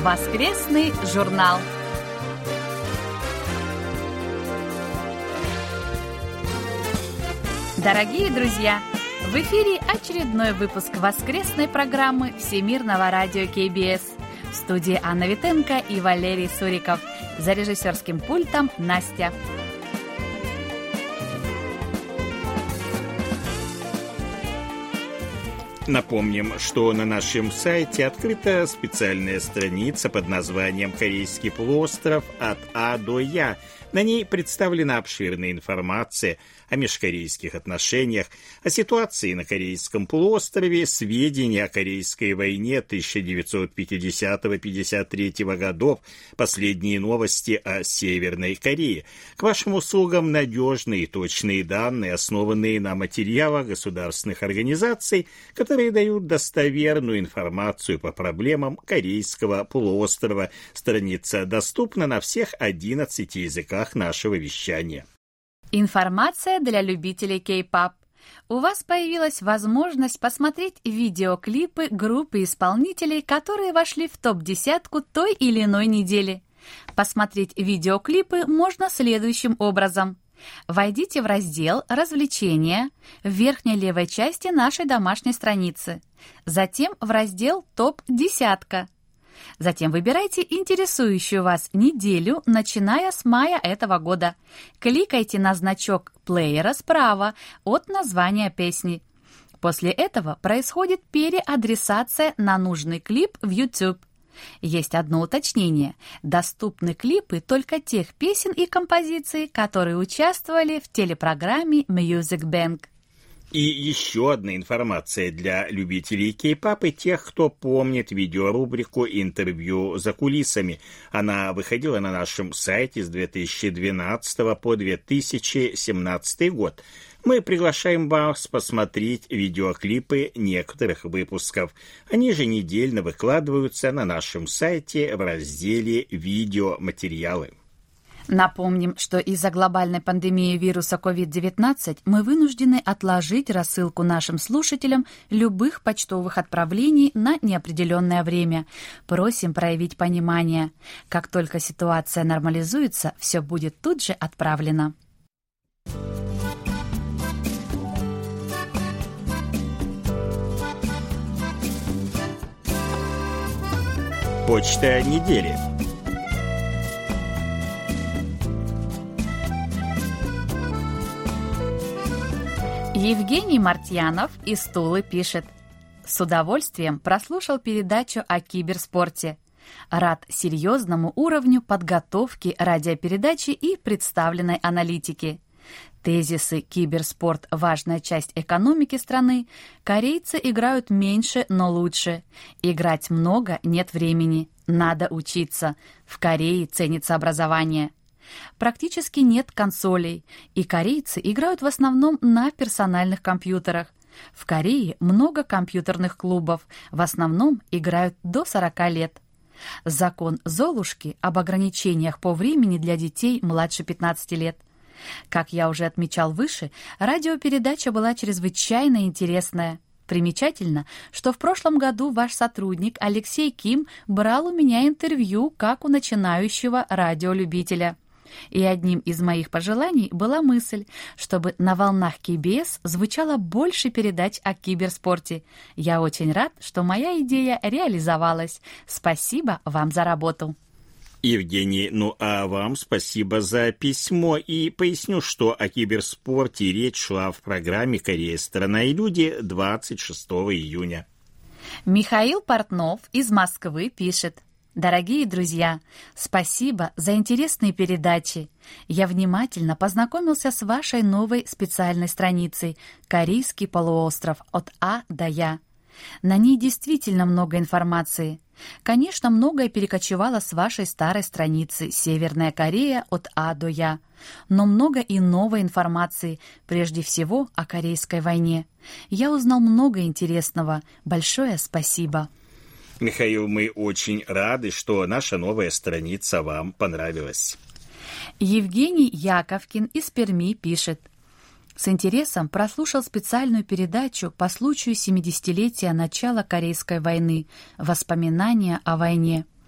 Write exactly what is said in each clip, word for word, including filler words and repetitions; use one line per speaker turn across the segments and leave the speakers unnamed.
Воскресный журнал. Дорогие друзья, в эфире очередной выпуск воскресной программы Всемирного радио кей би эс. В студии Анна Витенко и Валерий Суриков. За режиссерским пультом Настя.
Напомним, что на нашем сайте открыта специальная страница под названием «Корейский полуостров от А до Я». На ней представлена обширная информация о межкорейских отношениях, о ситуации на Корейском полуострове, сведения о Корейской войне тысяча девятьсот пятидесятого — пятьдесят третьего годов, последние новости о Северной Корее. К вашим услугам надежные и точные данные, основанные на материалах государственных организаций, которые дают достоверную информацию по проблемам Корейского полуострова. Страница доступна на всех одиннадцати языках нашего вещания.
Информация для любителей кей-поп. У вас появилась возможность посмотреть видеоклипы группы исполнителей, которые вошли в топ-десятку той или иной недели. Посмотреть видеоклипы можно следующим образом. Войдите в раздел «Развлечения» в верхней левой части нашей домашней страницы. Затем в раздел «Топ-десятка». Затем выбирайте интересующую вас неделю, начиная с мая этого года. Кликайте на значок плеера справа от названия песни. После этого происходит переадресация на нужный клип в YouTube. Есть одно уточнение. Доступны клипы только тех песен и композиций, которые участвовали в телепрограмме Music Bank.
И еще одна информация для любителей кей-поп и тех, кто помнит видеорубрику «Интервью за кулисами». Она выходила на нашем сайте с две тысячи двенадцатого по две тысячи семнадцатый год. Мы приглашаем вас посмотреть видеоклипы некоторых выпусков. Они еженедельно выкладываются на нашем сайте в разделе «Видеоматериалы».
Напомним, что из-за глобальной пандемии вируса ковид девятнадцать мы вынуждены отложить рассылку нашим слушателям любых почтовых отправлений на неопределенное время. Просим проявить понимание. Как только ситуация нормализуется, все будет тут же отправлено.
Почта недели.
Евгений Мартьянов из Тулы пишет: «С удовольствием прослушал передачу о киберспорте. Рад серьезному уровню подготовки радиопередачи и представленной аналитики. Тезисы «Киберспорт – важная часть экономики страны», корейцы играют меньше, но лучше. Играть много, нет времени. Надо учиться. В Корее ценится образование. Практически нет консолей, и корейцы играют в основном на персональных компьютерах. В Корее много компьютерных клубов, в основном играют до сорока лет. Закон Золушки об ограничениях по времени для детей младше пятнадцати лет. Как я уже отмечал выше, радиопередача была чрезвычайно интересная. Примечательно, что в прошлом году ваш сотрудник Алексей Ким брал у меня интервью как у начинающего радиолюбителя. И одним из моих пожеланий была мысль, чтобы на волнах кей би эс звучало больше передач о киберспорте. Я очень рад, что моя идея реализовалась. Спасибо вам за работу.
Евгений, ну а вам спасибо за письмо, и поясню, что о киберспорте речь шла в программе «Корея. Страна и люди» двадцать шестого июня.
Михаил Портнов из Москвы пишет: «Дорогие друзья, спасибо за интересные передачи. Я внимательно познакомился с вашей новой специальной страницей «Корейский полуостров от А до Я». На ней действительно много информации. Конечно, многое перекочевало с вашей старой страницы «Северная Корея от А до Я», но много и новой информации, прежде всего о Корейской войне. Я узнал много интересного. Большое спасибо».
Михаил, мы очень рады, что наша новая страница вам понравилась.
Евгений Яковкин из Перми пишет: «С интересом прослушал специальную передачу по случаю семидесятилетия начала Корейской войны. Воспоминания о войне.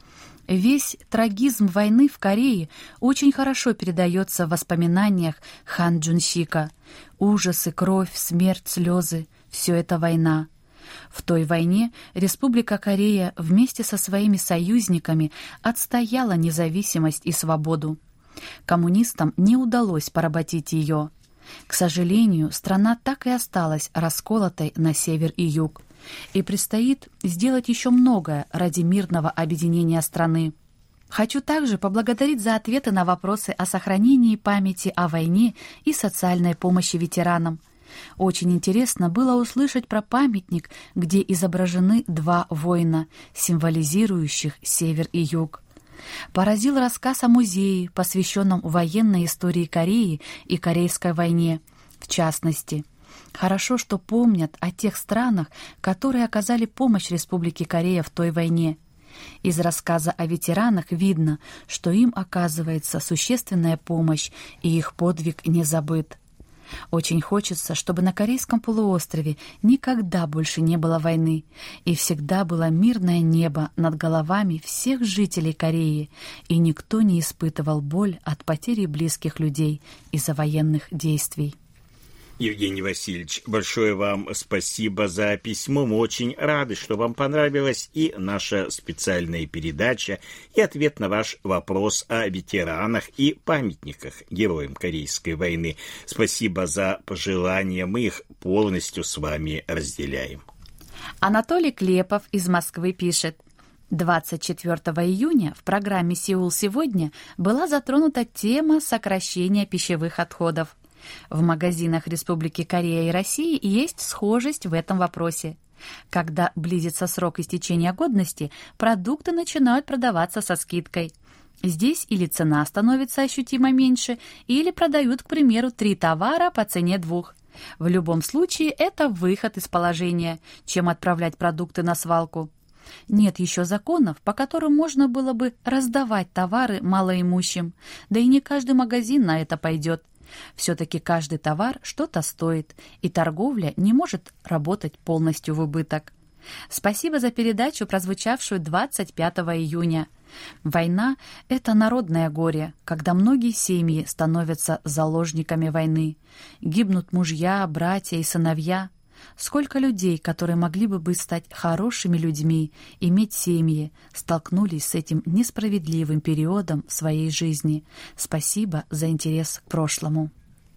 Весь трагизм войны в Корее очень хорошо передается в воспоминаниях Хан Джун-сика. Ужасы, кровь, смерть, слезы — все это война. В той войне Республика Корея вместе со своими союзниками отстояла независимость и свободу. Коммунистам не удалось поработить ее. К сожалению, страна так и осталась расколотой на север и юг. И предстоит сделать еще многое ради мирного объединения страны. Хочу также поблагодарить за ответы на вопросы о сохранении памяти о войне и социальной помощи ветеранам. Очень интересно было услышать про памятник, где изображены два воина, символизирующих север и юг. Поразил рассказ о музее, посвященном военной истории Кореи и Корейской войне, в частности. Хорошо, что помнят о тех странах, которые оказали помощь Республике Корея в той войне. Из рассказа о ветеранах видно, что им оказывается существенная помощь, и их подвиг не забыт. Очень хочется, чтобы на Корейском полуострове никогда больше не было войны, и всегда было мирное небо над головами всех жителей Кореи, и никто не испытывал боль от потери близких людей из-за военных действий.
Евгений Васильевич, большое вам спасибо за письмо. Мы очень рады, что вам понравилась и наша специальная передача, и ответ на ваш вопрос о ветеранах и памятниках героям Корейской войны. Спасибо за пожелания, мы их полностью с вами разделяем.
Анатолий Клепов из Москвы пишет. двадцать четвёртого июня в программе «Сеул сегодня» была затронута тема сокращения пищевых отходов. В магазинах Республики Корея и России есть схожесть в этом вопросе. Когда близится срок истечения годности, продукты начинают продаваться со скидкой. Здесь или цена становится ощутимо меньше, или продают, к примеру, три товара по цене двух. В любом случае, это выход из положения, чем отправлять продукты на свалку. Нет еще законов, по которым можно было бы раздавать товары малоимущим, да и не каждый магазин на это пойдет. Все-таки каждый товар что-то стоит, и торговля не может работать полностью в убыток. Спасибо за передачу, прозвучавшую двадцать пятого июня. Война — это народное горе, когда многие семьи становятся заложниками войны. Гибнут мужья, братья и сыновья. Сколько людей, которые могли бы стать хорошими людьми, иметь семьи, столкнулись с этим несправедливым периодом в своей жизни. Спасибо за интерес к прошлому.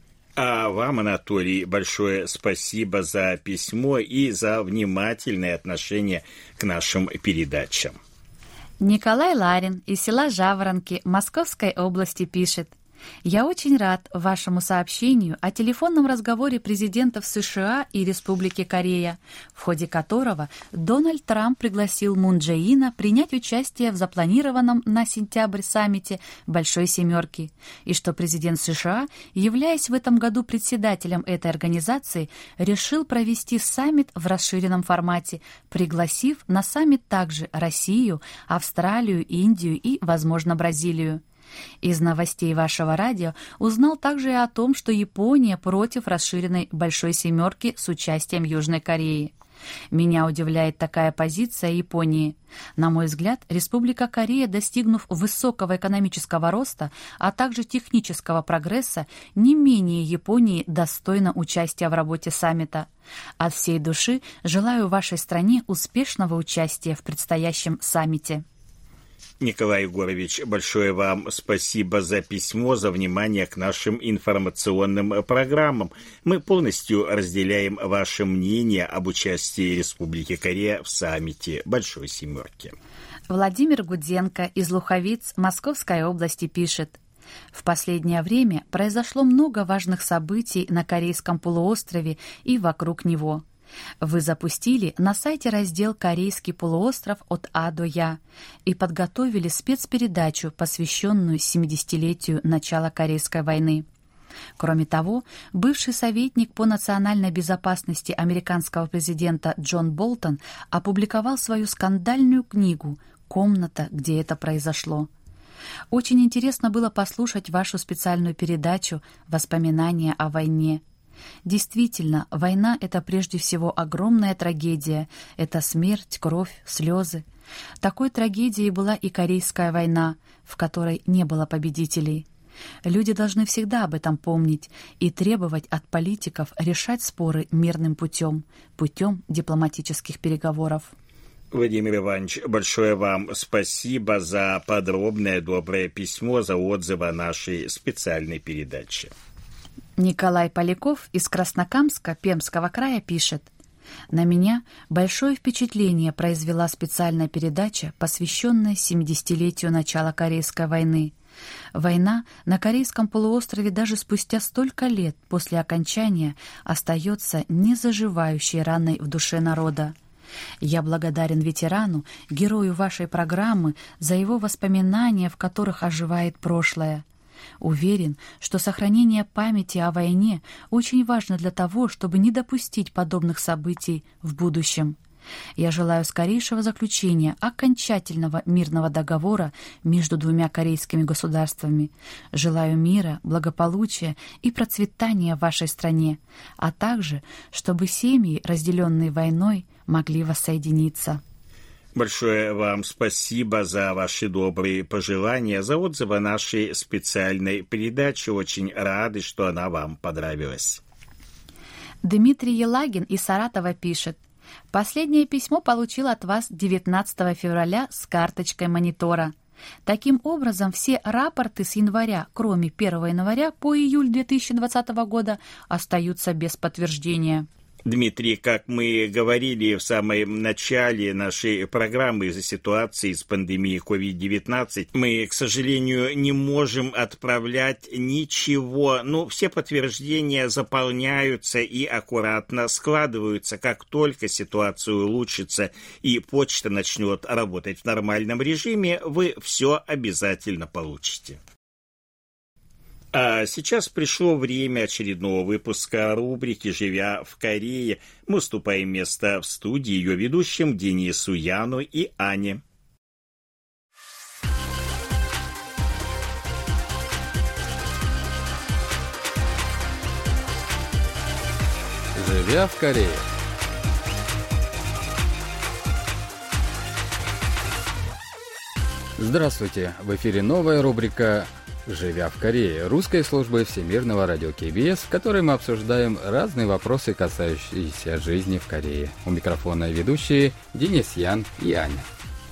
А вам, Анатолий, большое спасибо за письмо и за внимательное отношение к нашим передачам.
Николай Ларин из села Жаворонки Московской области пишет. Я очень рад вашему сообщению о телефонном разговоре президентов США и Республики Корея, в ходе которого Дональд Трамп пригласил Мун Чжэ Ина принять участие в запланированном на сентябрь саммите Большой Семерки, и что президент США, являясь в этом году председателем этой организации, решил провести саммит в расширенном формате, пригласив на саммит также Россию, Австралию, Индию и, возможно, Бразилию. Из новостей вашего радио узнал также и о том, что Япония против расширенной Большой Семерки с участием Южной Кореи. Меня удивляет такая позиция Японии. На мой взгляд, Республика Корея, достигнув высокого экономического роста, а также технического прогресса, не менее Японии достойна участия в работе саммита. От всей души желаю вашей стране успешного участия в предстоящем саммите.
Николай Егорович, большое вам спасибо за письмо, за внимание к нашим информационным программам. Мы полностью разделяем ваше мнение об участии Республики Корея в саммите Большой Семерки.
Владимир Гудзенко из Луховиц Московской области пишет. В последнее время произошло много важных событий на Корейском полуострове и вокруг него. Вы запустили на сайте раздел «Корейский полуостров от А до Я» и подготовили спецпередачу, посвященную семидесятилетию начала Корейской войны. Кроме того, бывший советник по национальной безопасности американского президента Джон Болтон опубликовал свою скандальную книгу «Комната, где это произошло». Очень интересно было послушать вашу специальную передачу «Воспоминания о войне». Действительно, война — это прежде всего огромная трагедия. Это смерть, кровь, слезы. Такой трагедией была и Корейская война, в которой не было победителей. Люди должны всегда об этом помнить и требовать от политиков решать споры мирным путем, путем дипломатических переговоров.
Владимир Иванович, большое вам спасибо за подробное доброе письмо, за отзывы о нашей специальной передаче.
Николай Поляков из Краснокамска Пермского края пишет: «На меня большое впечатление произвела специальная передача, посвященная семидесятилетию начала Корейской войны. Война на Корейском полуострове даже спустя столько лет после окончания остается незаживающей раной в душе народа. Я благодарен ветерану, герою вашей программы, за его воспоминания, в которых оживает прошлое. Уверен, что сохранение памяти о войне очень важно для того, чтобы не допустить подобных событий в будущем. Я желаю скорейшего заключения окончательного мирного договора между двумя корейскими государствами. Желаю мира, благополучия и процветания в вашей стране, а также, чтобы семьи, разделенные войной, могли воссоединиться».
Большое вам спасибо за ваши добрые пожелания, за отзывы нашей специальной передачи. Очень рады, что она вам понравилась.
Дмитрий Елагин из Саратова пишет: «Последнее письмо получил от вас девятнадцатого февраля с карточкой монитора. Таким образом, все рапорты с января, кроме первого января по июль две тысячи двадцатого года, остаются без подтверждения».
Дмитрий, как мы говорили в самом начале нашей программы, из-за ситуации с пандемией ковид девятнадцать, мы, к сожалению, не можем отправлять ничего. Ну, все подтверждения заполняются и аккуратно складываются. Как только ситуация улучшится и почта начнет работать в нормальном режиме, вы все обязательно получите. А сейчас пришло время очередного выпуска рубрики «Живя в Корее». Мы уступаем место в студии ее ведущим Денису Яну и Ане.
«Живя в Корее». Здравствуйте! В эфире новая рубрика «Живя в Корее» русской службы Всемирного радио кей би эс, в которой мы обсуждаем разные вопросы, касающиеся жизни в Корее. У микрофона ведущие Денис Ян и Аня.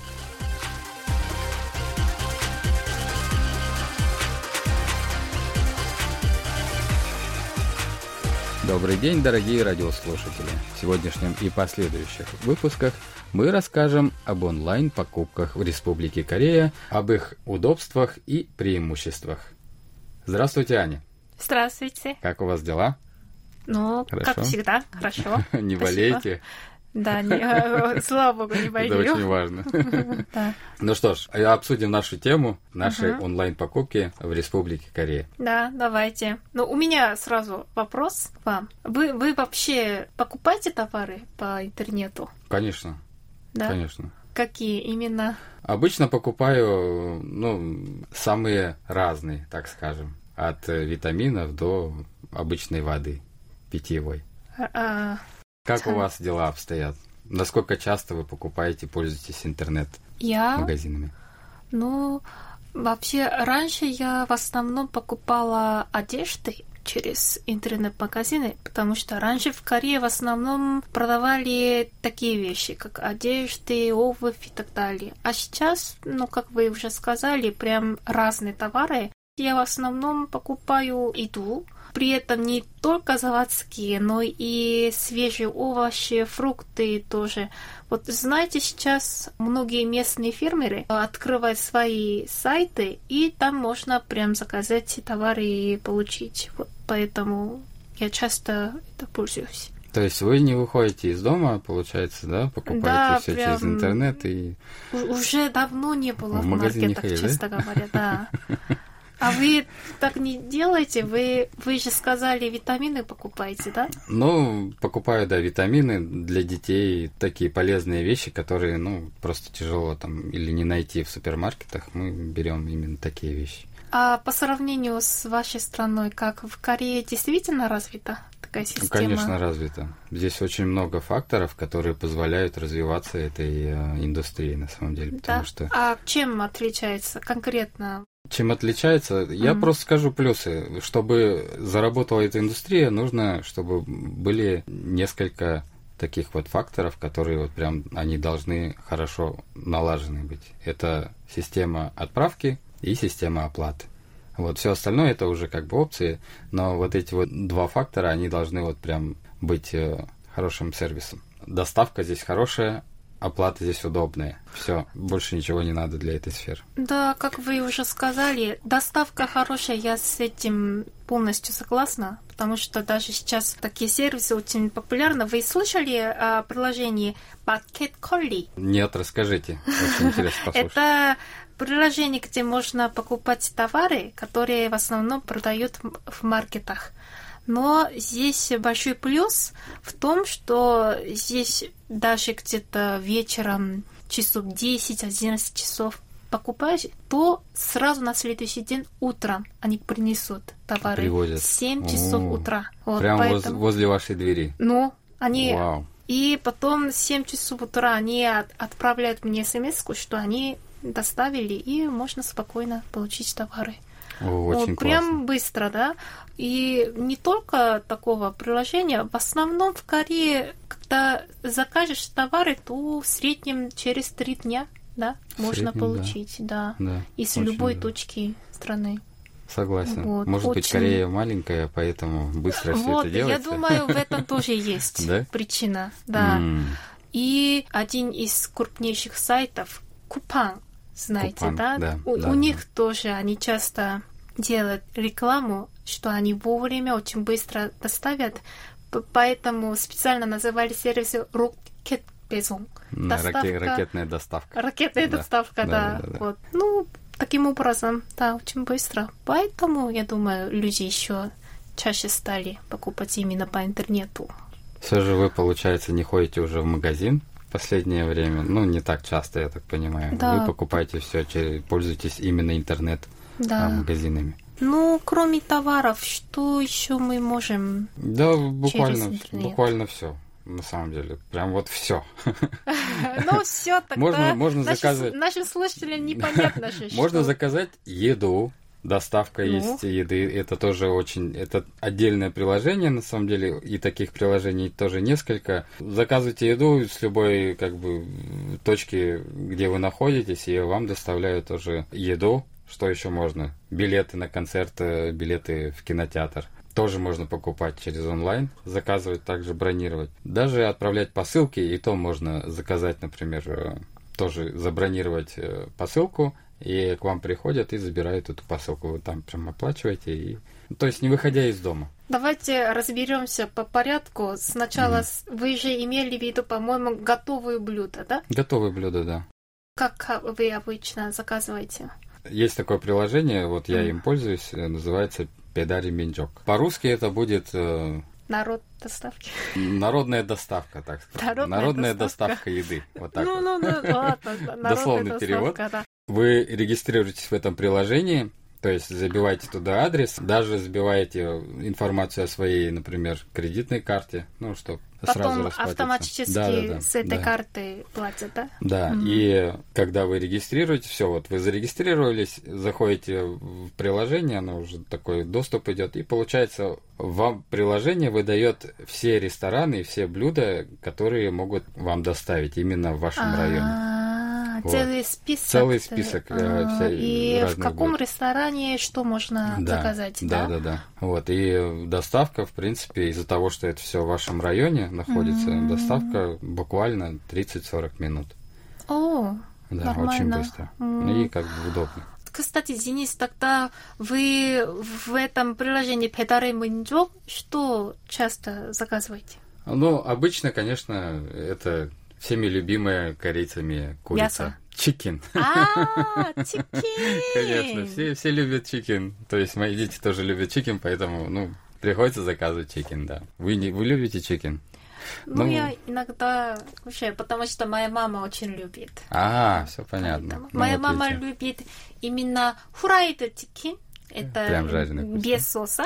Добрый день, дорогие радиослушатели! В сегодняшнем и последующих выпусках мы расскажем об онлайн-покупках в Республике Корея, об их удобствах и преимуществах. Здравствуйте, Аня!
Здравствуйте!
Как у вас дела?
Ну, хорошо? Как всегда, хорошо.
Не болеете?
Да, не, слава богу, не болею.
Это очень важно.
Да.
Ну что ж, обсудим нашу тему, наши uh-huh. онлайн-покупки в Республике Корея.
Да, давайте. Ну, у меня сразу вопрос к вам. Вы, вы вообще покупаете товары по интернету?
Конечно.
Да?
Конечно.
Какие именно?
Обычно покупаю, ну, самые разные, так скажем. От витаминов до обычной воды питьевой.
А-а.
Как у вас дела обстоят? Насколько часто вы покупаете, пользуетесь интернет-магазинами?
Я? Ну, вообще, раньше я в основном покупала одежды через интернет-магазины, потому что раньше в Корее в основном продавали такие вещи, как одежды, обувь и так далее. А сейчас, ну, как вы уже сказали, прям разные товары. Я в основном покупаю еду, при этом не только заводские, но и свежие овощи, фрукты тоже. Вот знаете, сейчас многие местные фермеры открывают свои сайты, и там можно прям заказать товары и получить. Вот поэтому я часто это пользуюсь.
То есть вы не выходите из дома, получается, да? Покупаете
да,
все
прям...
через интернет и...
Уже давно не было в, в маркетах, ходили, честно да? говоря, да. А вы так не делаете? Вы, вы же сказали, витамины покупаете, да?
Ну, покупаю, да, витамины для детей, такие полезные вещи, которые, ну, просто тяжело там или не найти в супермаркетах. Мы берем именно такие вещи.
А по сравнению с вашей страной, как в Корее действительно развита такая система?
Ну, конечно, развита. Здесь очень много факторов, которые позволяют развиваться этой э, индустрии, на самом деле. Потому
Да.
что...
А чем отличается конкретно?
Чем отличается? Я
Мгм.
просто скажу плюсы. Чтобы заработала эта индустрия, нужно, чтобы были несколько таких вот факторов, которые вот прям, они должны хорошо налажены быть. Это система отправки и система оплаты. Вот, все остальное это уже как бы опции, но вот эти вот два фактора, они должны вот прям быть э, хорошим сервисом. Доставка здесь хорошая, оплата здесь удобная. Все, больше ничего не надо для этой сферы.
Да, как вы уже сказали, доставка хорошая, я с этим полностью согласна, потому что даже сейчас такие сервисы очень популярны. Вы слышали о приложении Bucket Collie?
Нет, расскажите. Очень интересно послушать.
Это приложение, где можно покупать товары, которые в основном продают в маркетах. Но здесь большой плюс в том, что здесь даже где-то вечером часов десять-одиннадцать часов покупаешь, то сразу на следующий день утром они принесут товары.
Привозят.
В семь часов
О,
утра. Вот,
Прямо воз-
поэтому...
возле вашей двери.
Ну, они...
Вау.
И потом в семь часов утра они от- отправляют мне смс-ку, что они доставили, и можно спокойно получить товары.
О,
Вот,
очень
прям
классно.
быстро, да. И не только такого приложения, в основном в Корее, когда закажешь товары, то в среднем через три дня, да,
В
можно
среднем,
получить, да,
Да,
из
очень
любой
да.
точки страны.
Согласен.
Вот,
Может быть,
очень-
Корея маленькая, поэтому быстро все
Вот,
это
я
делается.
думаю, в этом тоже есть
Да?
причина, да.
М,
И один из крупнейших сайтов, Купан, знаете,
Купан,
да?
да,
У,
да,
у
да.
них тоже, они часто делают рекламу, что они вовремя очень быстро доставят, п- поэтому специально называли сервис Rocket 배송.
м, раке- ракетная доставка.
Ракетная
Да,
доставка,
да,
да.
да, да.
Вот. Ну, таким образом, да, очень быстро. Поэтому, я думаю, люди еще чаще стали покупать именно по интернету.
Все же вы, получается, не ходите уже в магазин в последнее время. Ну, не так часто, я так понимаю.
Да.
Вы покупаете все, пользуетесь именно
Да.
интернет-магазинами.
Ну, кроме товаров, что еще мы можем?
Да, буквально,
интернет.
буквально все. На самом деле, прям вот все.
Ну, все, тогда
Можно- можно
наши
заказывать.
с- нашим слушателям непонятно же,
Можно
что-
заказать еду. Доставка
Ну.
есть еды. Это тоже очень... Это отдельное приложение, на самом деле. И таких приложений тоже несколько. Заказывайте еду с любой, как бы, точки, где вы находитесь, и вам доставляют тоже еду. Что еще можно? Билеты на концерт, э, билеты в кинотеатр. Тоже можно покупать через онлайн, заказывать, также бронировать. Даже отправлять посылки, и то можно заказать, например, э, тоже забронировать э, посылку, и к вам приходят и забирают эту посылку. Вы там прям оплачиваете, и... то есть не выходя из дома.
Давайте разберемся по порядку. Сначала с- вы же имели в виду, по-моему, готовые блюда, да?
Готовые блюда, да.
Как вы обычно заказываете?
Есть такое приложение, вот я
Мгм.
им пользуюсь, э, называется Педари Минджок. По-русски это будет э,
Народ доставки.
народная доставка, так сказать.
Народная
Народная
доставка.
доставка еды. Вот так
Ну,
вот.
ну, ну, ладно, народная
Дословный перевод.
доставка, да.
Вы регистрируетесь в этом приложении, то есть забиваете туда адрес, даже забиваете информацию о своей, например, кредитной карте, ну, чтобы сразу
Потом
расплатиться.
автоматически
Да, да, да,
с этой
да.
карты платят, да?
Да,
Мгм.
и когда вы регистрируете, все, вот вы зарегистрировались, заходите в приложение, оно уже такой доступ идет, и получается, вам приложение выдает все рестораны и все блюда, которые могут вам доставить именно в вашем районе.
А,
Вот.
целый список.
Целый список, э,
А,
вся-
И в
разных
каком
блюд.
ресторане что можно
Да,
заказать,
да,
да?
да, да. Вот, и доставка, в принципе, из-за того, что это все в вашем районе находится,
М.
доставка буквально тридцать-сорок минут.
О,
Да,
Нормально.
очень быстро.
М.
И как бы удобно.
кстати, Денис, тогда вы в этом приложении Педари Минджок что часто заказываете?
Ну, обычно, конечно, это всеми любимая корейцами курица.
Мясо.
Чикен.
А, чикен!
Конечно, все, все любят чикен. То есть мои дети тоже любят чикен, поэтому, ну, приходится заказывать чикен, да. Вы, не, вы любите чикен?
Ну,
Ну.
я иногда кушаю, потому что моя мама очень любит.
А, все понятно.
Поэтому
Ну,
моя
вот
мама
видите.
любит именно фрайд чикен. Это
Прям жареный вкусно.
без соуса.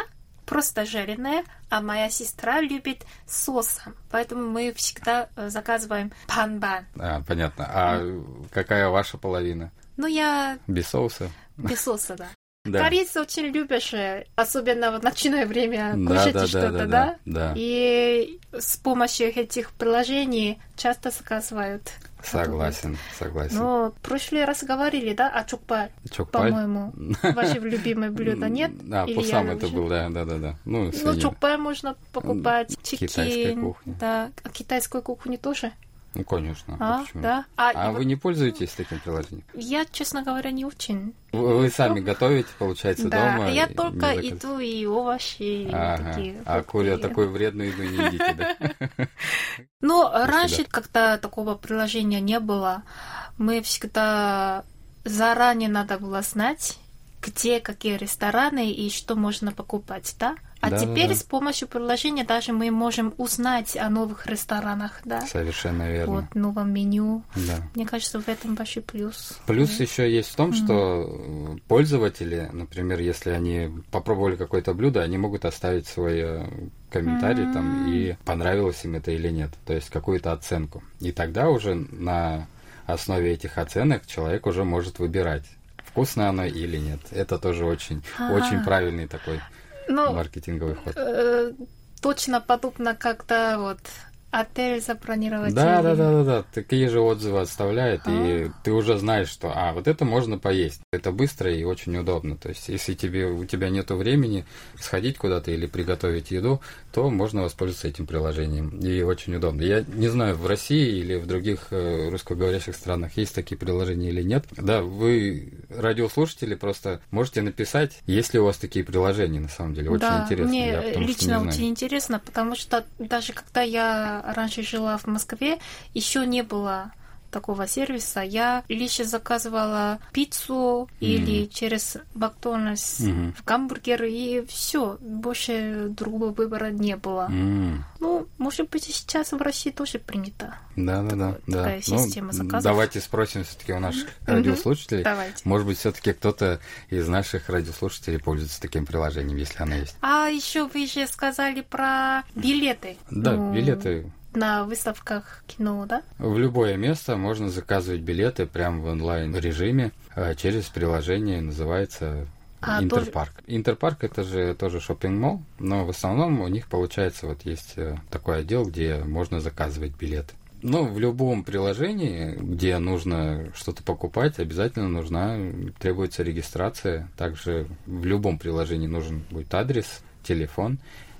просто жареное, а моя сестра любит с соусом. Поэтому мы всегда заказываем пан-бан.
А, понятно. А mm. какая ваша половина?
Ну, я...
Без соуса?
Без соуса, да.
Да.
Корейцы очень любят, особенно в ночное время,
да,
кушать
да,
что-то,
да,
да?
Да, да.
И с помощью этих приложений часто заказывают.
Согласен, согласен.
Ну, в прошлый раз говорили, да, о чукпаль,
чукпаль?
по-моему. Ваше любимое блюдо, нет?
А, по сам это был, да, да, да, да. Ну,
ну чукпаль можно покупать, чикен.
Китайская кухня.
Да, а китайскую кухню тоже?
Ну, конечно.
А,
а почему?
Да.
А, а вы вот... не пользуетесь таким приложением?
Я, честно говоря, не очень.
Вы, вы сами готовите, получается,
да,
дома?
Да, я только еду и овощи.
Ага.
Такие,
а куря такую вредную еду не едите, да?
Ну, раньше, когда такого приложения не было, мы всегда заранее надо было знать, где какие рестораны и что можно покупать, да? А
да,
теперь
да.
с помощью приложения даже мы можем узнать о новых ресторанах, да?
Совершенно верно.
Вот, новом меню.
Да.
Мне кажется, в этом большой плюс.
Плюс
да.
еще есть в том, что mm-hmm. пользователи, например, если они попробовали какое-то блюдо, они могут оставить свой комментарий mm-hmm. там, и понравилось им это или нет. То есть какую-то оценку. И тогда уже на основе этих оценок человек уже может выбирать, вкусно оно или нет. Это тоже очень, А-а-а. очень правильный такой ну, маркетинговый ход.
Э, точно подобно, когда вот отель забронировать.
Да,
или...
да, да, да, да. Такие же отзывы оставляют, А-а-а. и ты уже знаешь, что а, вот это можно поесть. Это быстро и очень удобно. То есть, если тебе, у тебя нет времени сходить куда-то или приготовить еду, то можно воспользоваться этим приложением. И очень удобно. Я не знаю, в России или в других э, русскоговорящих странах есть такие приложения или нет. Да, вы, радиослушатели, просто можете написать, есть ли у вас такие приложения, на самом деле. Очень
да,
интересно.
Мне
Я,
лично очень интересно, потому что даже когда я раньше жила в Москве, еще не было такого сервиса. Я лишь заказывала пиццу mm-hmm. или через Макдональдс
mm-hmm.
в гамбургер, и все. Больше другого выбора не было.
Mm-hmm.
Ну, может быть, и сейчас в России тоже принято.
Да, да, да.
Такая
да.
система
ну,
заказов.
Давайте спросим все-таки у наших
mm-hmm.
радиослушателей.
Давайте.
Может быть, все-таки кто-то из наших радиослушателей пользуется таким приложением, если оно есть.
А еще вы же сказали про билеты.
Да,
ну...
билеты.
На выставках кино, да?
В любое место можно заказывать билеты прямо в онлайн-режиме через приложение, называется а, Интерпарк. Тоже... Интерпарк — это же тоже шоппинг-молл, но в основном у них, получается, вот есть такой отдел, где можно заказывать билеты. Но в любом приложении, где нужно что-то покупать, обязательно нужна, требуется регистрация. Также в любом приложении нужен будет адрес, телефон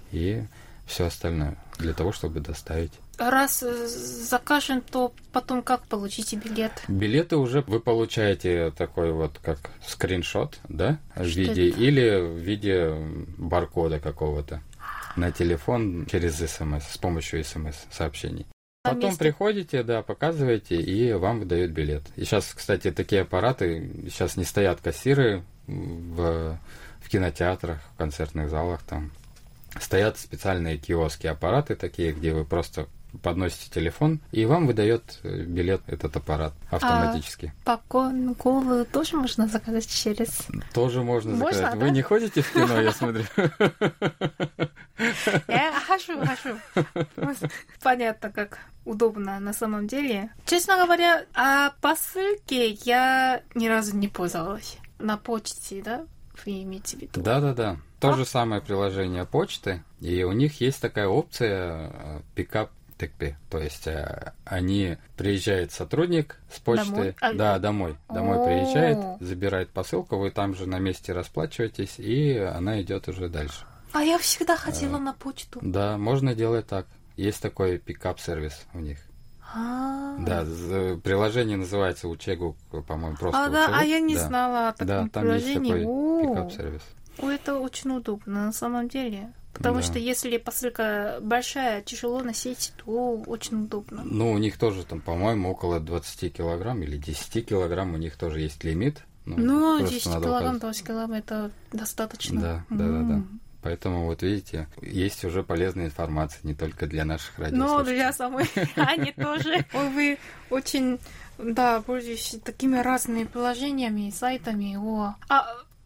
и все остальное для того, чтобы доставить.
Раз закажем, то потом как получите билет?
Билеты уже вы получаете такой вот как скриншот, да, в
Что
виде
это?
или в виде баркода какого-то на телефон через СМС, с помощью СМС-сообщений.
На
Потом
месте?
приходите, да, показываете, и вам выдают билет. И сейчас, кстати, такие аппараты, сейчас не стоят кассиры в, в кинотеатрах, в концертных залах там. Стоят специальные киоски, аппараты такие, где вы просто подносите телефон, и вам выдает билет этот аппарат автоматически.
А попкорн тоже можно заказать через...
Тоже можно, можно заказать.
Да?
Вы не ходите в кино, я смотрю?
Я хожу, хожу. Понятно, как удобно на самом деле. Честно говоря, о посылке я ни разу не пользовалась. На почте, да? Вы имеете в виду?
Да-да-да. То же самое приложение почты, и у них есть такая опция пикап тэкпе, то есть они приезжает сотрудник с почты,
домой?
да, домой, домой
О-о-о.
приезжает, забирает посылку, вы там же на месте расплачиваетесь, и она идет уже дальше.
А я всегда ходила а, на почту.
Да, можно делать так. Есть такой пикап-сервис у них.
А-а-а.
Да, приложение называется Учегу, по-моему, просто
А, да,
Учегу.
а я не
да.
знала о таком
да, там
приложении.
есть такой пикап-сервис.
О, это очень удобно, на самом деле. Потому
да.
что если посылка большая, тяжело носить, то очень удобно.
Ну, у них тоже там, по-моему, около двадцать килограмм или десять килограмм, у них тоже есть лимит.
Ну, ну десять килограмм, двадцать килограмм, это достаточно.
Да, да,
mm.
да, да. Поэтому, вот видите, есть уже полезная информация не только для наших радиослушателей.
Ну, для самой Ани тоже. Вы очень, да, пользуетесь такими разными приложениями и сайтами. О. А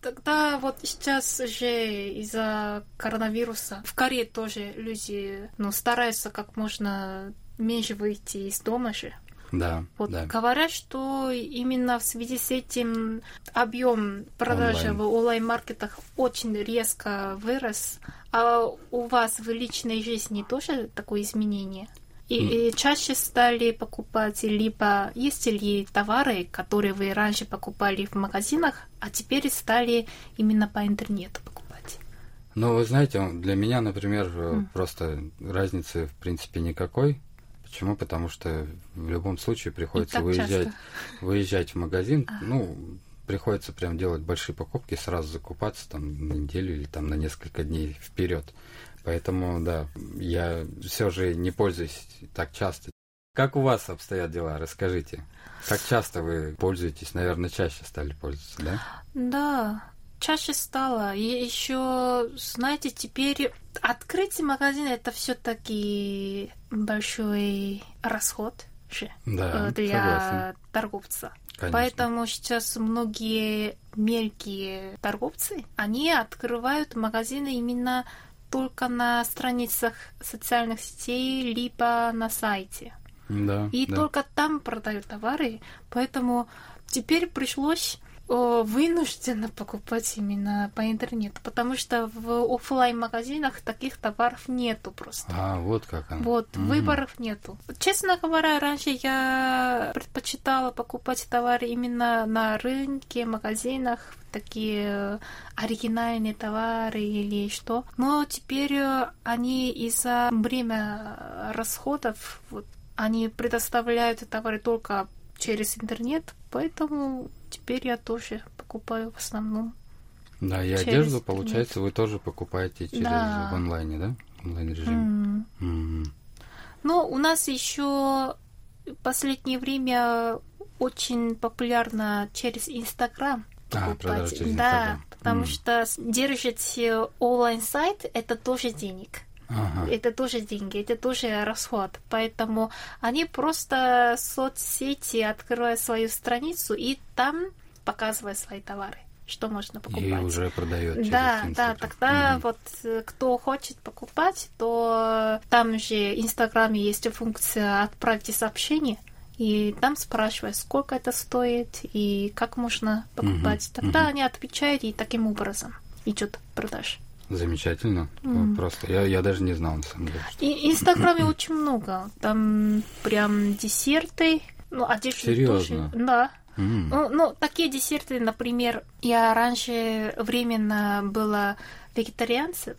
тогда вот сейчас же из-за коронавируса в Корее тоже люди, ну, стараются как можно меньше выйти из дома же.
Да,
вот
да.
Говорят, что именно в связи с этим объем продажи онлайн. В онлайн-маркетах очень резко вырос. А у вас в личной жизни тоже такое изменение? И, mm. и чаще стали покупать, либо есть ли товары, которые вы раньше покупали в магазинах, а теперь стали именно по интернету покупать?
Ну, вы знаете, для меня, например, mm. просто разницы в принципе никакой. Почему? Потому что в любом случае приходится выезжать, выезжать в магазин, а. ну, приходится прям делать большие покупки, сразу закупаться там на неделю или там на несколько дней вперед. Поэтому, да, я все же не пользуюсь так часто. Как у вас обстоят дела? Расскажите. Как часто вы пользуетесь? Наверное, чаще стали пользоваться, да?
Да, чаще стало. И еще, знаете, теперь открыть магазин — это все-таки большой расход же
да,
для
согласен.
Торговца.
Конечно.
Поэтому сейчас многие мелкие торговцы, они открывают магазины именно только на страницах социальных сетей, либо на сайте.
Да,
и
да.
только там продают товары. Поэтому теперь пришлось о, вынужденно покупать именно по интернету, потому что в офлайн-магазинах таких товаров нету просто.
А, вот как оно.
Вот,
mm-hmm.
выборов нету. Честно говоря, раньше я предпочитала покупать товары именно на рынке, магазинах, такие оригинальные товары или что. Но теперь они из-за время расходов, вот, они предоставляют товары только через интернет, поэтому теперь я тоже покупаю в основном.
Да, и одежду, интернет. Получается, вы тоже покупаете через да. в онлайне, да? Онлайн-режим.
Mm. Mm. Ну, у нас еще в последнее время очень популярно через Инстаграм покупать.
А, через
да,
Instagram.
потому
mm.
что держать онлайн-сайт — это тоже денег.
Ага.
Это тоже деньги, это тоже расход. Поэтому они просто в соцсети открывают свою страницу и там показывают свои товары, что можно покупать.
И уже продает через
Да,
Instagram.
да, тогда
угу.
вот кто хочет покупать, то там же в Инстаграме есть функция «Отправьте сообщение», и там спрашивают, сколько это стоит и как можно покупать. Угу. Тогда угу. они отвечают, и таким образом идет продаж.
Замечательно. Mm. Просто я, я даже не знал, на самом деле. Что...
И Инстаграме очень много. Там прям десерты. Ну, одежда
серьезно?
Тоже. Да.
Mm.
Ну, ну, такие десерты, например, я раньше временно была вегетарианцем,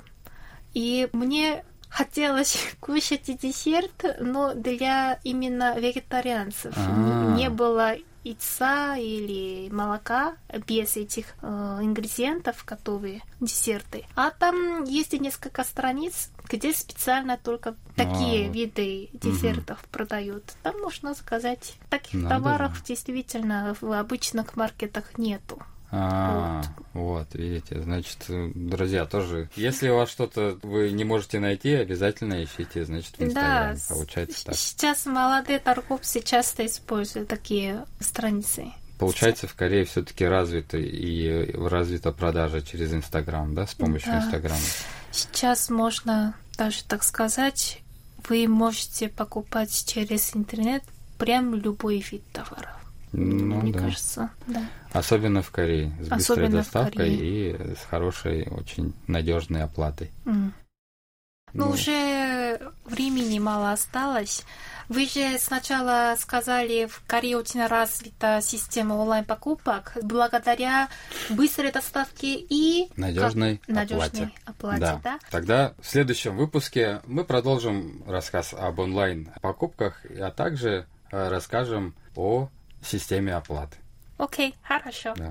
и мне хотелось кушать десерт, но для именно вегетарианцев.
А-а-а.
Не было яйца или молока без этих э, ингредиентов, готовые десерты. А там есть несколько страниц, где специально только такие
а,
виды десертов угу. продают. Там можно заказать. Таких Надо товаров же. Действительно в обычных маркетах нету.
А, вот. вот, видите, значит, друзья, тоже, если у вас что-то вы не можете найти, обязательно ищите, значит, в Инстаграме, да, получается так.
Сейчас молодые торговцы часто используют такие страницы.
Получается, в Корее все-таки развита и развита продажа через Инстаграм, да, с помощью да. Инстаграма.
Сейчас можно даже так сказать, вы можете покупать через интернет прям любой вид товаров.
Ну,
мне
да.
кажется, да.
Особенно в Корее, с быстрой
Особенно
доставкой и с хорошей, очень надежной оплатой.
Mm. Ну, ну, уже времени мало осталось. Вы же сначала сказали, в Корее очень развита система онлайн-покупок благодаря быстрой доставке и
надежной
оплате. оплате да. Да?
Тогда в следующем выпуске мы продолжим рассказ об онлайн-покупках, а также расскажем о системе оплаты.
Окей, okay, хорошо.
Да.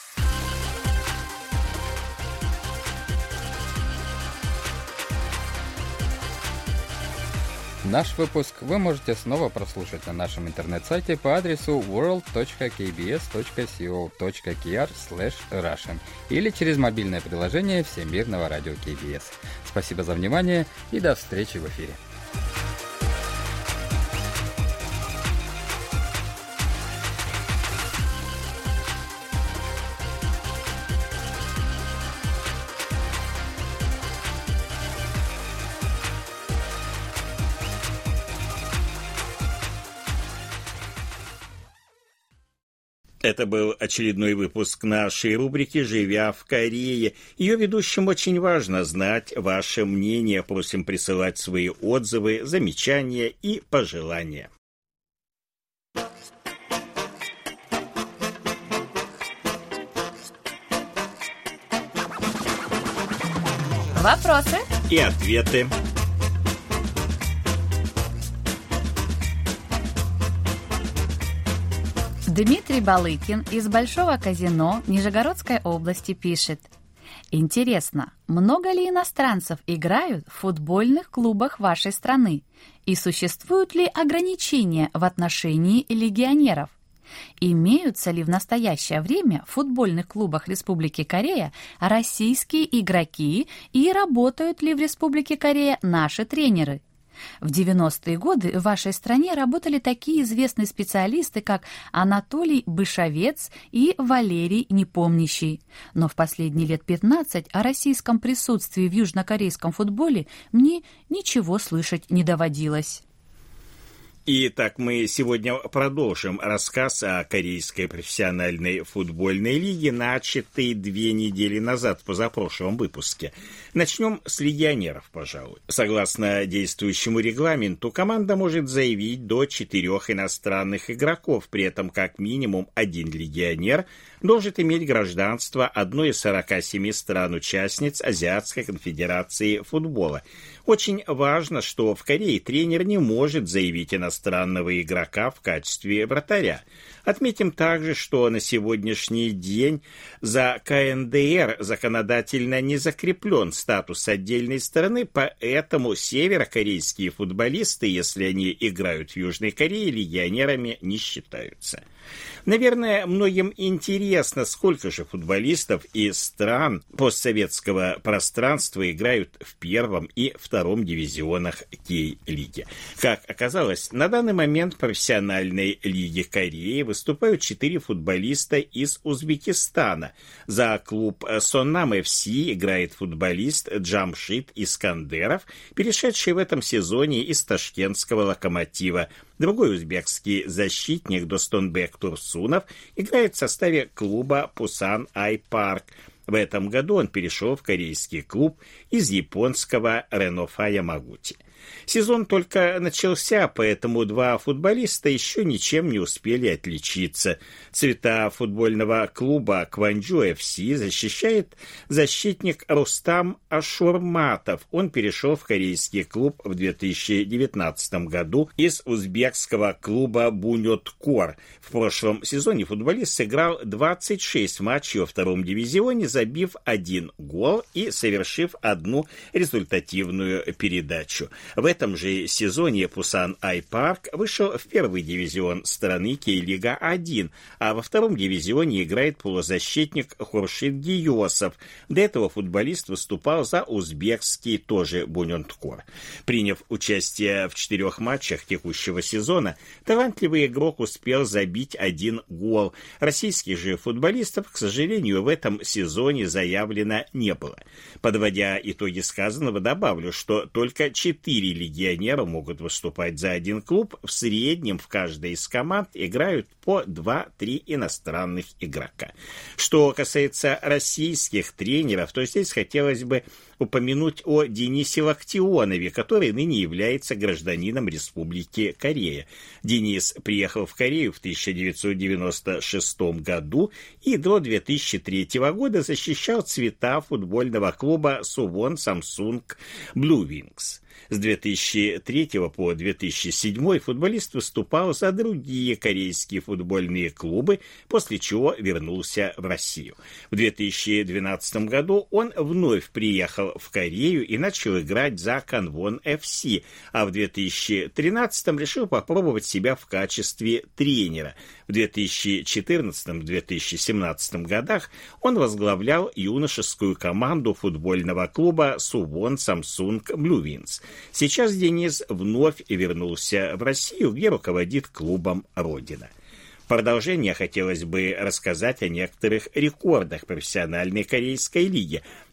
Наш выпуск вы можете снова прослушать на нашем интернет-сайте по адресу world точка кей би эс точка си о точка кей ар слэш russian или через мобильное приложение Всемирного радио кей би эс. Спасибо за внимание и до встречи в эфире.
Это был очередной выпуск нашей рубрики «Живя в Корее». Ее ведущим очень важно знать ваше мнение. Просим присылать свои отзывы, замечания и пожелания.
Вопросы
и ответы.
Дмитрий Балыкин из Большого Казино Нижегородской области пишет: интересно, много ли иностранцев играют в футбольных клубах вашей страны? И существуют ли ограничения в отношении легионеров? Имеются ли в настоящее время в футбольных клубах Республики Корея российские игроки и работают ли в Республике Корея наши тренеры? В девяностые годы в вашей стране работали такие известные специалисты, как Анатолий Бышовец и Валерий Непомнящий. Но в последние лет пятнадцать о российском присутствии в южнокорейском футболе мне ничего слышать не доводилось.
Итак, мы сегодня продолжим рассказ о корейской профессиональной футбольной лиге, начатый две недели назад в позапрошлом выпуске. Начнем с легионеров, пожалуй. Согласно действующему регламенту, команда может заявить до четырех иностранных игроков, при этом как минимум один легионер должен иметь гражданство одной из сорока семи стран-участниц Азиатской конфедерации футбола. Очень важно, что в Корее тренер не может заявить иностранного игрока в качестве вратаря. Отметим также, что на сегодняшний день за ка эн дэ эр законодательно не закреплен статус отдельной страны, поэтому северокорейские футболисты, если они играют в Южной Корее, легионерами не считаются. Наверное, многим интересно, сколько же футболистов из стран постсоветского пространства играют в первом и втором дивизионах Кей-лиги. Как оказалось, на данный момент в профессиональной лиге Кореи выступают четыре футболиста из Узбекистана. За клуб Соннам эф си играет футболист Джамшид Искандеров, перешедший в этом сезоне из ташкентского «Локомотива». Другой узбекский защитник Достонбек Турсунов играет в составе клуба Пусан Ай Парк. В этом году он перешел в корейский клуб из японского Ренофа Ямагути. Сезон только начался, поэтому два футболиста еще ничем не успели отличиться. Цвета футбольного клуба Кванджу эф си защищает защитник Рустам Ашурматов. Он перешел в корейский клуб в две тысячи девятнадцатом году из узбекского клуба Буньоткор. В прошлом сезоне футболист сыграл двадцать шесть матчей во втором дивизионе, забив один гол и совершив одну результативную передачу. В этом же сезоне Пусан Ай Парк вышел в первый дивизион страны Кей-лига один, а во втором дивизионе играет полузащитник Хуршид Гиосов. До этого футболист выступал за узбекский тоже Буньоткор. Приняв участие в четырех матчах текущего сезона, талантливый игрок успел забить один гол. Российских же футболистов, к сожалению, в этом сезоне заявлено не было. Подводя итоги сказанного, добавлю, что только четыре легионера могут выступать за один клуб. В среднем в каждой из команд играют по два-три иностранных игрока. Что касается российских тренеров, то здесь хотелось бы упомянуть о Денисе Локтионове, который ныне является гражданином Республики Корея. Денис приехал в Корею в тысяча девятьсот девяносто шестом году и до две тысячи третьего года защищал цвета футбольного клуба Suwon Samsung Blue Wings. С две тысячи третьего по две тысячи седьмой футболист выступал за другие корейские футбольные клубы, после чего вернулся в Россию. В две тысячи двенадцатом году он вновь приехал в Корею и начал играть за Канвон эф си, а в две тысячи тринадцатом решил попробовать себя в качестве тренера. В две тысячи четырнадцатом — две тысячи семнадцатом годах он возглавлял юношескую команду футбольного клуба Suwon Samsung Blue Wings. Сейчас Денис вновь вернулся в Россию, где руководит клубом «Родина». В продолжение хотелось бы рассказать о некоторых рекордах профессиональной корейской лиги.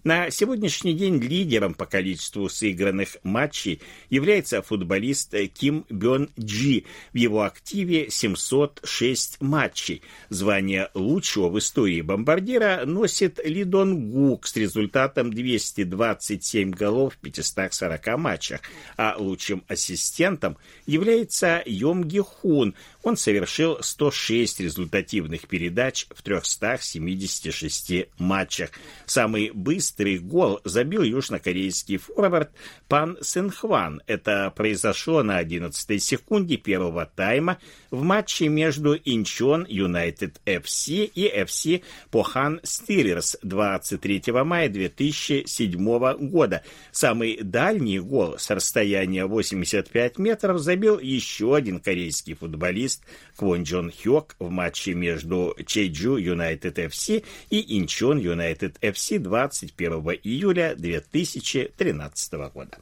На сегодняшний день лидером по количеству сыгранных матчей является футболист Ким Бён Джи. В его активе семьсот шесть матчей. Звание лучшего в истории бомбардира носит Ли Дон Гук с результатом двести двадцать семь голов в пятистах сорока матчах, а лучшим ассистентом является Йом Ги Хун. Он совершил сто шесть результативных передач в трехстах семидесяти шести матчах. Самый быстрый гол забил южнокорейский форвард Пан Сэн Хван. Это произошло на одиннадцатой секунде первого тайма в матче между Инчон Юнайтед эф си и эф си Похан Стиллерс двадцать третьего мая две тысячи седьмого года. Самый дальний гол с расстояния восемьдесят пять метров забил еще один корейский футболист Квон Джон Хёк в матче между Чеджу Юнайтед эф си и Инчон Юнайтед эф си двадцать первого июля две тысячи тринадцатого года.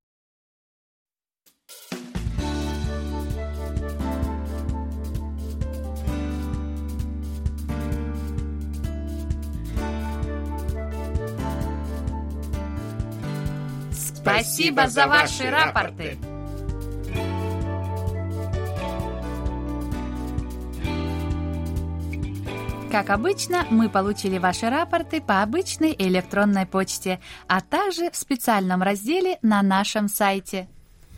Спасибо за ваши рапорты! Как обычно, мы получили ваши рапорты по обычной электронной почте, а также в специальном разделе на нашем сайте.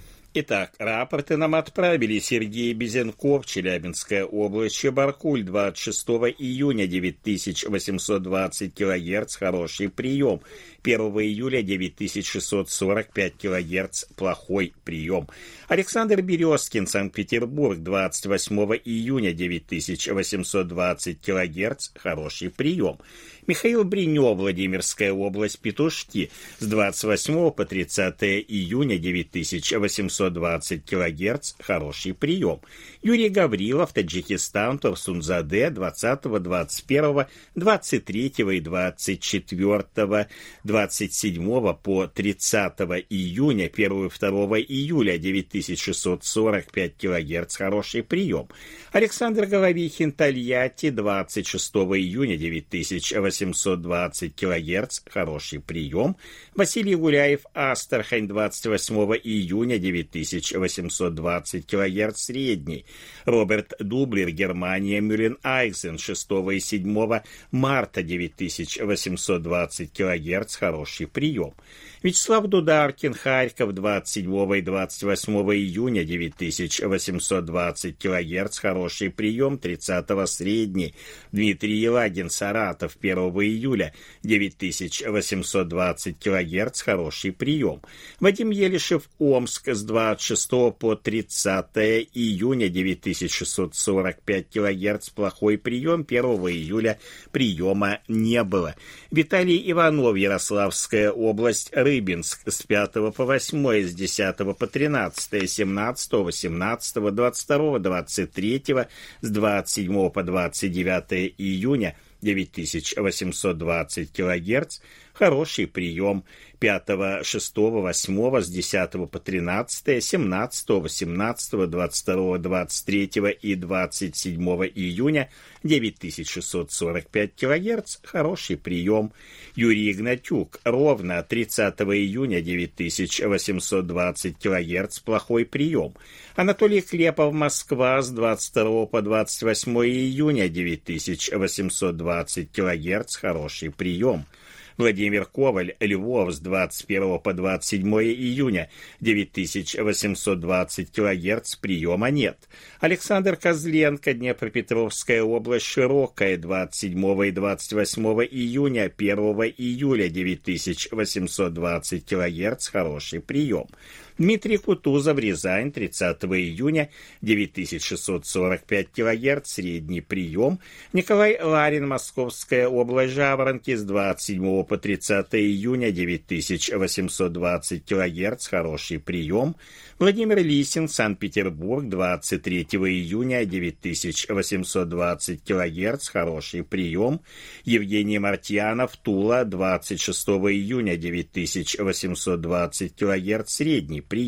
Итак, рапорты нам отправили Сергей Безенков, Челябинская область, Чебаркуль, двадцать шестого июня, девять тысяч восемьсот двадцать килогерц, хороший прием. первого июля, девять тысяч шестьсот сорок пять килогерц, плохой прием. Александр Березкин, Санкт-Петербург, двадцать восьмого июня, девять тысяч восемьсот двадцать килогерц, хороший прием. Михаил Бринев, Владимирская область, Петушки, с двадцать восьмого по тридцатое июня, девять тысяч восемьсот двадцать килогерц, хороший прием. Юрий Гаврилов, Таджикистан, Торсунзаде, двадцатого, двадцать первого, двадцать третьего и двадцать четвёртого, двадцать седьмого по тридцатого июня, первого и второго июля, девять тысяч шестьсот сорок пять килогерц, хороший прием. Александр Головихин, Тольятти, двадцать шестого июня, девять тысяч восемьсот двадцать килогерц, хороший прием. Василий Гуляев, Астрахань, двадцать восьмого июня, девять тысяч восемьсот двадцать килогерц, средний. Роберт Дублер, Германия, Мюллен-Айзен, шестого и седьмого марта, девять тысяч восемьсот двадцать килогерц, хороший прием. Вячеслав Дударкин, Харьков, двадцать седьмого и двадцать восьмого июня, девять тысяч восемьсот двадцать килогерц, хороший прием, тридцатого средний. Дмитрий Елагин, Саратов, первого июля, девять тысяч восемьсот двадцать килогерц, хороший прием. Вадим Елишев, Омск, с двадцать шестого по тридцатое июня, девять тысяч шестьсот сорок пять килогерц, плохой прием, первого июля приема не было. Виталий Иванов, Ярославская область, Рыбинск, с пятого по восьмое, с десятого по тринадцатое, семнадцатого, восемнадцатого, двадцать второго, двадцать третьего, с двадцать седьмого по двадцать девятое июня, девять тысяч восемьсот двадцать килогерц, хороший прием. пятого, шестого, восьмого, с десятого по тринадцатое, семнадцатого, восемнадцатого, двадцать второго, двадцать третьего и двадцать седьмого июня, девять тысяч шестьсот сорок пять килогерц, хороший прием. Юрий Игнатюк, Ровно, тридцатого июня, девять тысяч восемьсот двадцать килогерц, плохой прием. Анатолий Клепов, Москва, с двадцать второго по двадцать восьмое июня, девять тысяч восемьсот двадцать килогерц, хороший прием. Владимир Коваль, Львов, с двадцать первого по двадцать седьмое июня, девять тысяч восемьсот двадцать килогерц, приема нет. Александр Козленко, Днепропетровская область, Широкая, двадцать седьмого и двадцать восьмого июня, первого июля, девять тысяч восемьсот двадцать килогерц, хороший прием. Дмитрий Кутузов, Рязань, тридцатого июня, девять тысяч шестьсот сорок пять килогерц, средний прием. Николай Ларин, Московская область, Жаворонки, с двадцать седьмого по тридцатое июня, девять тысяч восемьсот двадцать килогерц, хороший прием. Владимир Лисин, Санкт-Петербург, двадцать третьего июня, девять тысяч восемьсот двадцать килогерц, хороший прием. Евгений Мартьянов, Тула, двадцать шестого июня, девять тысяч восемьсот двадцать килогерц, средний прием.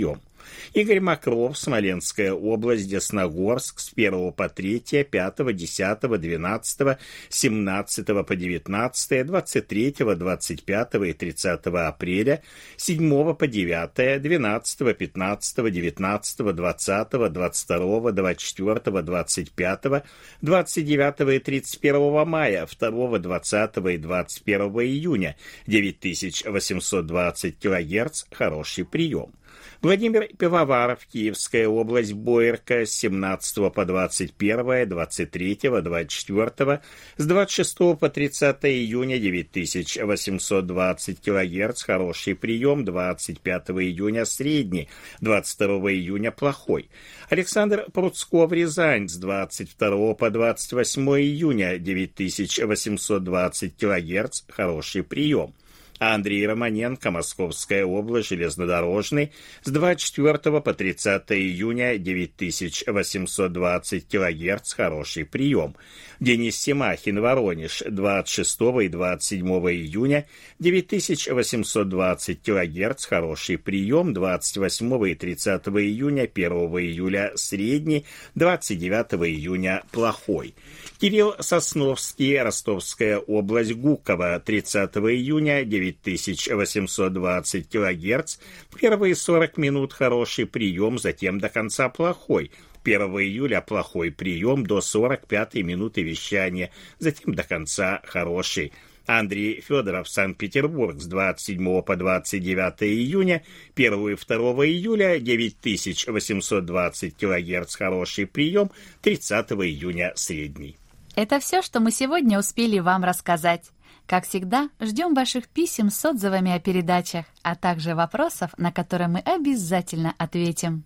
Игорь Мокров, Смоленская область, Десногорск, с первого по третье, пятого, десятого, двенадцатого, семнадцатого по девятнадцатое, двадцать третьего, двадцать пятого и тридцатого апреля, седьмого по девятое, двенадцатого, пятнадцатого, девятнадцатого, двадцатого, двадцать второго, двадцать четвёртого, двадцать пятого, двадцать девятого и тридцать первого мая, второго, двадцатого и двадцать первого июня, девять тысяч восемьсот двадцать килогерц, хороший прием. Владимир Пивоваров, Киевская область, Боярка, с семнадцатого по двадцать первое, двадцать третьего, двадцать четвёртого, с двадцать шестого по тридцатое июня, девять тысяч восемьсот двадцать килогерц, хороший прием, двадцать пятого июня, средний, двадцать второго июня, плохой. Александр Пруцков, Рязань, с двадцать второго по двадцать восьмое июня, девять тысяч восемьсот двадцать килогерц, хороший прием. А Андрей Романенко, Московская область, железнодорожный, с двадцать четвёртого по тридцатое июня, девять тысяч восемьсот двадцать килогерц, хороший прием. Денис Семахин, Воронеж, двадцать шестого и двадцать седьмого июня, девять тысяч восемьсот двадцать килогерц, хороший прием. двадцать восьмого и тридцатого июня, первого июля, средний, двадцать девятого июня, плохой. Кирилл Сосновский, Ростовская область, Гуково, тридцатого июня, девять тысяч восемьсот двадцать килогерц, первые сорок минут хороший прием, затем до конца плохой. первого июля плохой прием до сорок пятой минуты вещания, затем до конца хороший. Андрей Федоров, Санкт-Петербург, с двадцать седьмого по двадцать девятое июня, первого и второго июля, девять тысяч восемьсот двадцать килогерц, хороший прием, тридцатого июня, средний.
Это все, что мы сегодня успели вам рассказать. Как всегда, ждем ваших писем с отзывами о передачах, а также вопросов, на которые мы обязательно ответим.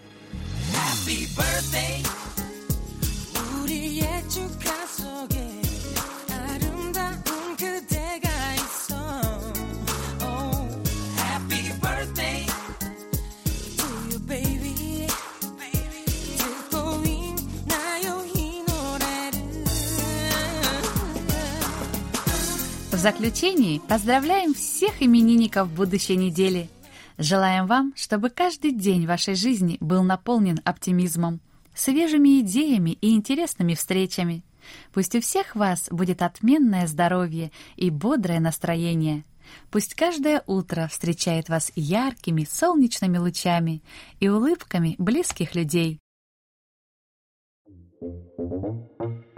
Happy birthday. 우리의 축하 속에 아름다운 그대가 있어. Oh, happy birthday to you, baby. 듣고 있나요 이 노래를?
В заключении поздравляем всех именинников будущей недели. Желаем вам, чтобы каждый день вашей жизни был наполнен оптимизмом, свежими идеями и интересными встречами. Пусть у всех вас будет отменное здоровье и бодрое настроение. Пусть каждое утро встречает вас яркими солнечными лучами и улыбками близких людей.
Thank you.